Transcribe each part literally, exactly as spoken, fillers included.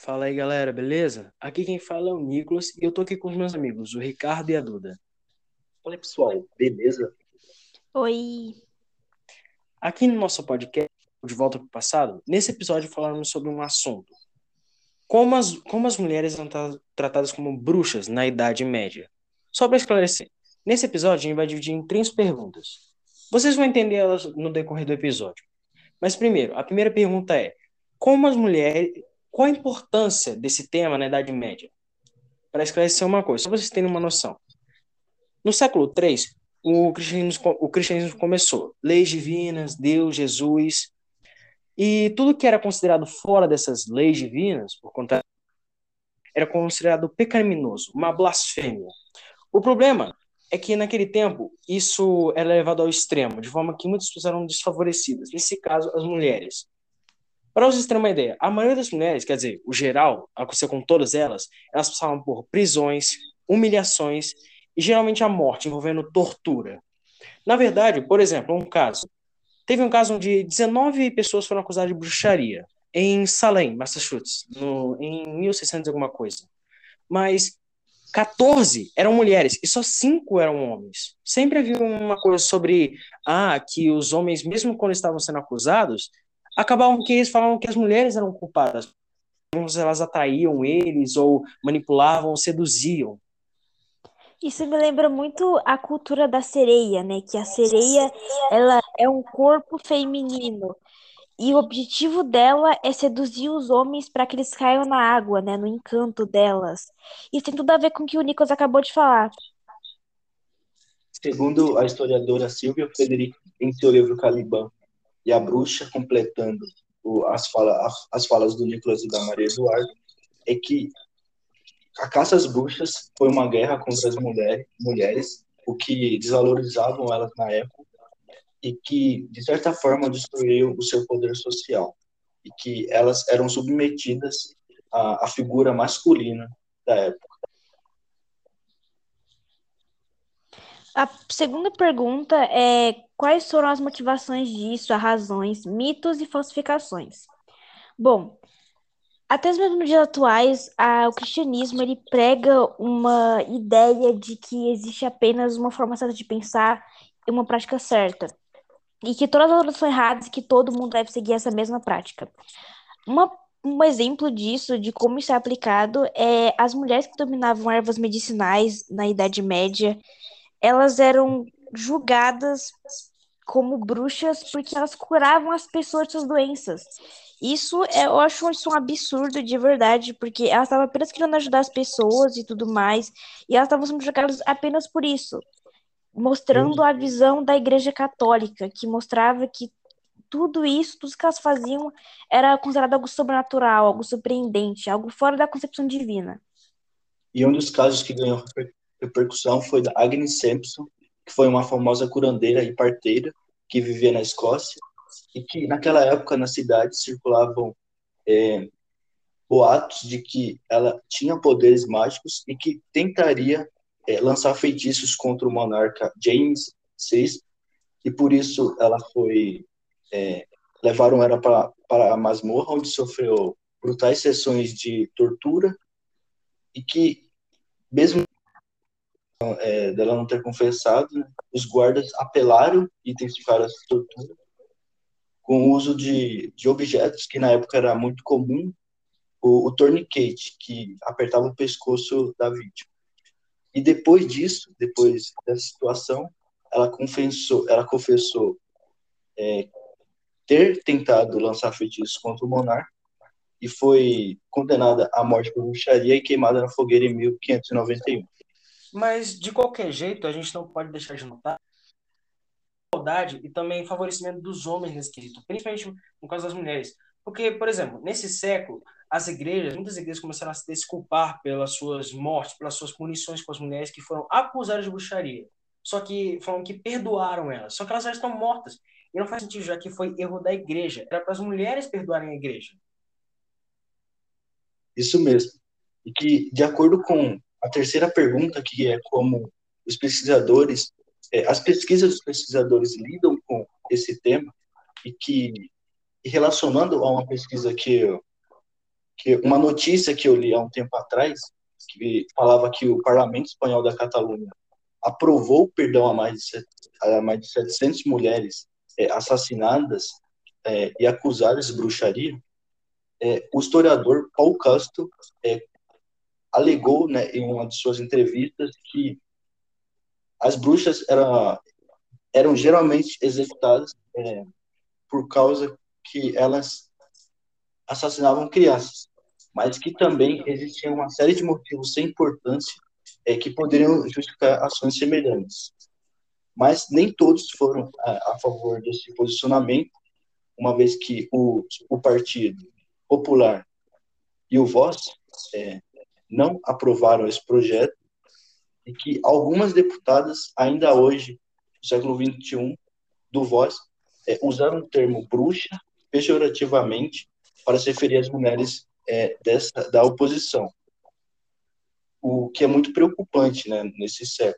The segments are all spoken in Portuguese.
Fala aí, galera, beleza? Aqui quem fala é o Nicolas e eu tô aqui com os meus amigos, o Ricardo e a Duda. Fala pessoal, beleza? Oi. Aqui no nosso podcast, De Volta para o Passado, nesse episódio falaremos sobre um assunto: como as, como as mulheres eram tra- tratadas como bruxas na Idade Média. Só para esclarecer, nesse episódio a gente vai dividir em três perguntas. Vocês vão entender elas no decorrer do episódio. Mas primeiro, a primeira pergunta é: como as mulheres, qual a importância desse tema na Idade Média? Para esclarecer uma coisa, só para vocês terem uma noção. No século três, o cristianismo, o cristianismo começou. Leis divinas, Deus, Jesus, e tudo que era considerado fora dessas leis divinas, por conta, era considerado pecaminoso, uma blasfêmia. O problema é que naquele tempo isso era levado ao extremo, de forma que muitas pessoas eram desfavorecidas. Nesse caso, as mulheres. Para vocês terem uma ideia, a maioria das mulheres, quer dizer, o geral, aconteceu com todas elas, elas passavam por prisões, humilhações e geralmente a morte, envolvendo tortura. Na verdade, por exemplo, um caso. Teve um caso onde dezenove pessoas foram acusadas de bruxaria em Salem, Massachusetts, no, em mil e seiscentos e alguma coisa. Mas quatorze eram mulheres e só cinco eram homens. Sempre havia uma coisa sobre ah, que os homens, mesmo quando estavam sendo acusados, acabavam que eles falavam que as mulheres eram culpadas. Elas atraíam eles ou manipulavam, ou seduziam. Isso me lembra muito a cultura da sereia, né? Que a sereia, ela é um corpo feminino e o objetivo dela é seduzir os homens para que eles caiam na água, né? No encanto delas. Isso tem tudo a ver com o que o Nicolas acabou de falar. Segundo a historiadora Silvia Frederic, em seu livro Caliban e a Bruxa, completando o- as, fala- as falas do Nicolas e da Maria Eduarda, é que a caça às bruxas foi uma guerra contra as mulher, mulheres, o que desvalorizavam elas na época e que, de certa forma, destruiu o seu poder social e que elas eram submetidas à, à figura masculina da época. A segunda pergunta é: quais foram as motivações disso, as razões, mitos e falsificações? Bom, até mesmo nos dias atuais, a- o cristianismo ele prega uma ideia de que existe apenas uma forma certa de pensar e uma prática certa, e que todas as outras são erradas e que todo mundo deve seguir essa mesma prática. Uma, um exemplo disso, de como isso é aplicado, é as mulheres que dominavam ervas medicinais na Idade Média, elas eram julgadas como bruxas porque elas curavam as pessoas de suas doenças. Isso é, eu acho isso um absurdo de verdade, porque elas estavam apenas querendo ajudar as pessoas e tudo mais, e elas estavam sendo julgadas apenas por isso, mostrando a visão da Igreja Católica, que mostrava que tudo isso, tudo que elas faziam, era considerado algo sobrenatural, algo surpreendente, algo fora da concepção divina. E um dos casos que ganhou reper- repercussão foi da Agnes Sampson, que foi uma famosa curandeira e parteira que vivia na Escócia e que naquela época na cidade circulavam é, boatos de que ela tinha poderes mágicos e que tentaria é, lançar feitiços contra o monarca James sexto, e por isso ela foi é, levaram ela para para a masmorra, onde sofreu brutais sessões de tortura e que mesmo é, dela não ter confessado, né, os guardas apelaram e intensificaram essa tortura com o uso de, de objetos que na época era muito comum, o, o tourniquet, que apertava o pescoço da vítima. E depois disso, depois dessa situação, ela confessou, ela confessou é, ter tentado lançar feitiços contra o monarca e foi condenada à morte por bruxaria e queimada na fogueira em mil quinhentos e noventa e um. Mas, de qualquer jeito, a gente não pode deixar de notar igualdade e também favorecimento dos homens nesse quesito, principalmente no caso das mulheres. Porque, por exemplo, nesse século, as igrejas, muitas igrejas começaram a se desculpar pelas suas mortes, pelas suas punições com as mulheres que foram acusadas de bruxaria. Só que falam que perdoaram elas. Só que elas já estão mortas. E não faz sentido, já que foi erro da igreja. Era para as mulheres perdoarem a igreja. Isso mesmo. E que, de acordo com a terceira pergunta, que é como os pesquisadores, é, as pesquisas dos pesquisadores lidam com esse tema, e que, e relacionando a uma pesquisa que eu, que uma notícia que eu li há um tempo atrás, que falava que o Parlamento Espanhol da Catalunha aprovou o perdão a mais de, set- a mais de setecentas mulheres é, assassinadas é, e acusadas de bruxaria. É, o historiador Paul Castro é, alegou, né, em uma de suas entrevistas, que as bruxas eram, eram geralmente executadas é, por causa que elas assassinavam crianças, mas que também existia uma série de motivos sem importância é, que poderiam justificar ações semelhantes. Mas nem todos foram a, a favor desse posicionamento, uma vez que o, o Partido Popular e o Voz é, não aprovaram esse projeto e que algumas deputadas, ainda hoje, no século vinte e um, do Voz, é, usaram o termo bruxa pejorativamente para se referir às mulheres é, dessa, da oposição, o que é muito preocupante, né, nesse século.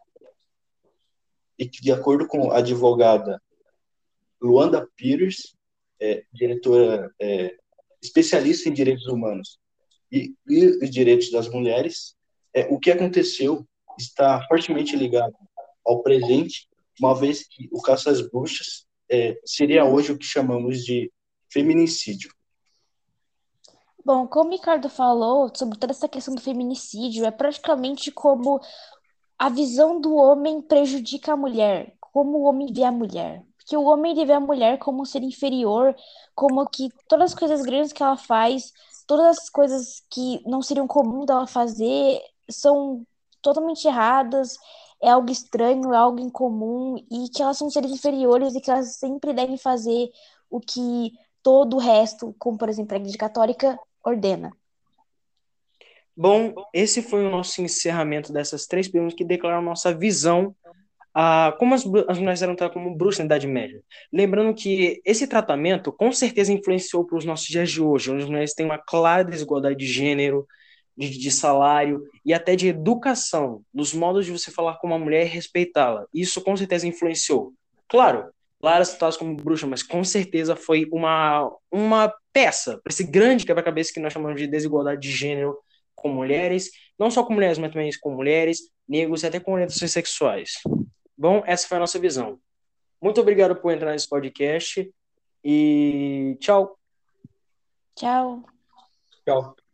E que, de acordo com a advogada Luanda Pires, é, diretora é, especialista em direitos humanos e, e os direitos das mulheres, é, o que aconteceu está fortemente ligado ao presente, uma vez que o caça às bruxas é, seria hoje o que chamamos de feminicídio. Bom, como o Ricardo falou sobre toda essa questão do feminicídio, é praticamente como a visão do homem prejudica a mulher, como o homem vê a mulher. Porque o homem vê a mulher como um ser inferior, como que todas as coisas grandes que ela faz, todas as coisas que não seriam comum dela fazer, são totalmente erradas, é algo estranho, é algo incomum, e que elas são seres inferiores e que elas sempre devem fazer o que todo o resto, como por exemplo a Igreja Católica, ordena. Bom, esse foi o nosso encerramento dessas três perguntas que declaram nossa visão a como as, bru- as mulheres eram tratadas como bruxas na Idade Média. Lembrando que esse tratamento com certeza influenciou para os nossos dias de hoje, onde as mulheres têm uma clara desigualdade de gênero, de, de salário e até de educação, nos modos de você falar com uma mulher e respeitá-la. Isso com certeza influenciou. Claro, lá elas tratadas como bruxa, mas com certeza foi uma, uma peça para esse grande quebra-cabeça que nós chamamos de desigualdade de gênero com mulheres, não só com mulheres, mas também com mulheres, negros e até com orientações sexuais. Bom, essa foi a nossa visão. Muito obrigado por entrar nesse podcast e tchau. Tchau. Tchau.